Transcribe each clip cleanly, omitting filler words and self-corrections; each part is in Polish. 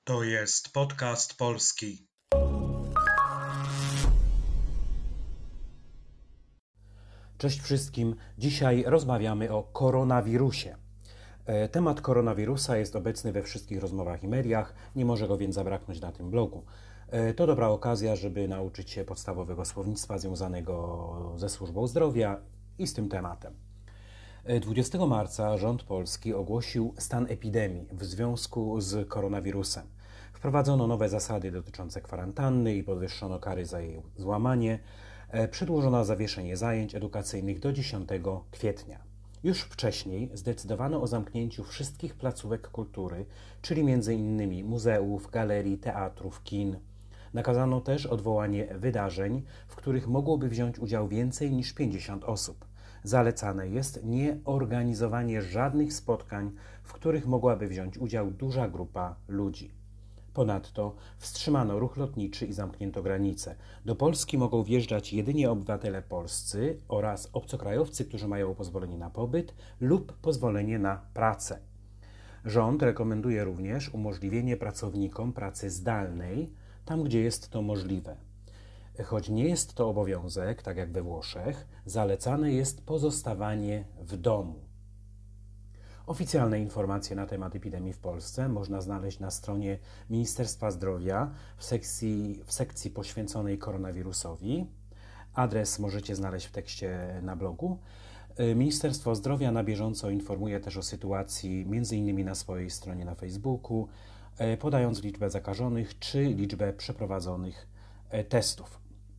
To jest podcast polski. Cześć wszystkim. Dzisiaj rozmawiamy o koronawirusie. Temat koronawirusa jest obecny we wszystkich rozmowach i mediach, nie może go więc zabraknąć na tym blogu. To dobra okazja, żeby nauczyć się podstawowego słownictwa związanego ze służbą zdrowia i z tym tematem. 20 marca rząd polski ogłosił stan epidemii w związku z koronawirusem. Wprowadzono nowe zasady dotyczące kwarantanny i podwyższono kary za jej złamanie. Przedłużono zawieszenie zajęć edukacyjnych do 10 kwietnia. Już wcześniej zdecydowano o zamknięciu wszystkich placówek kultury, czyli m.in. muzeów, galerii, teatrów, kin. Nakazano też odwołanie wydarzeń, w których mogłoby wziąć udział więcej niż 50 osób. Zalecane jest nieorganizowanie żadnych spotkań, w których mogłaby wziąć udział duża grupa ludzi. Ponadto wstrzymano ruch lotniczy i zamknięto granice. Do Polski mogą wjeżdżać jedynie obywatele polscy oraz obcokrajowcy, którzy mają pozwolenie na pobyt lub pozwolenie na pracę. Rząd rekomenduje również umożliwienie pracownikom pracy zdalnej, tam gdzie jest to możliwe. Choć nie jest to obowiązek, tak jak we Włoszech, zalecane jest pozostawanie w domu. Oficjalne informacje na temat epidemii w Polsce można znaleźć na stronie Ministerstwa Zdrowia w sekcji poświęconej koronawirusowi. Adres możecie znaleźć w tekście na blogu. Ministerstwo Zdrowia na bieżąco informuje też o sytuacji m.in. na swojej stronie na Facebooku, podając liczbę zakażonych czy liczbę przeprowadzonych testów.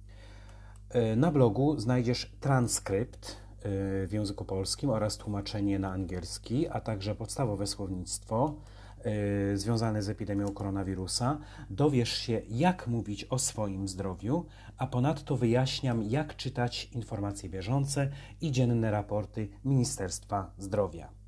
Na blogu znajdziesz transkrypt w języku polskim oraz tłumaczenie na angielski, a także podstawowe słownictwo związane z epidemią koronawirusa. Dowiesz się, jak mówić o swoim zdrowiu, a ponadto wyjaśniam, jak czytać informacje bieżące i dzienne raporty Ministerstwa Zdrowia.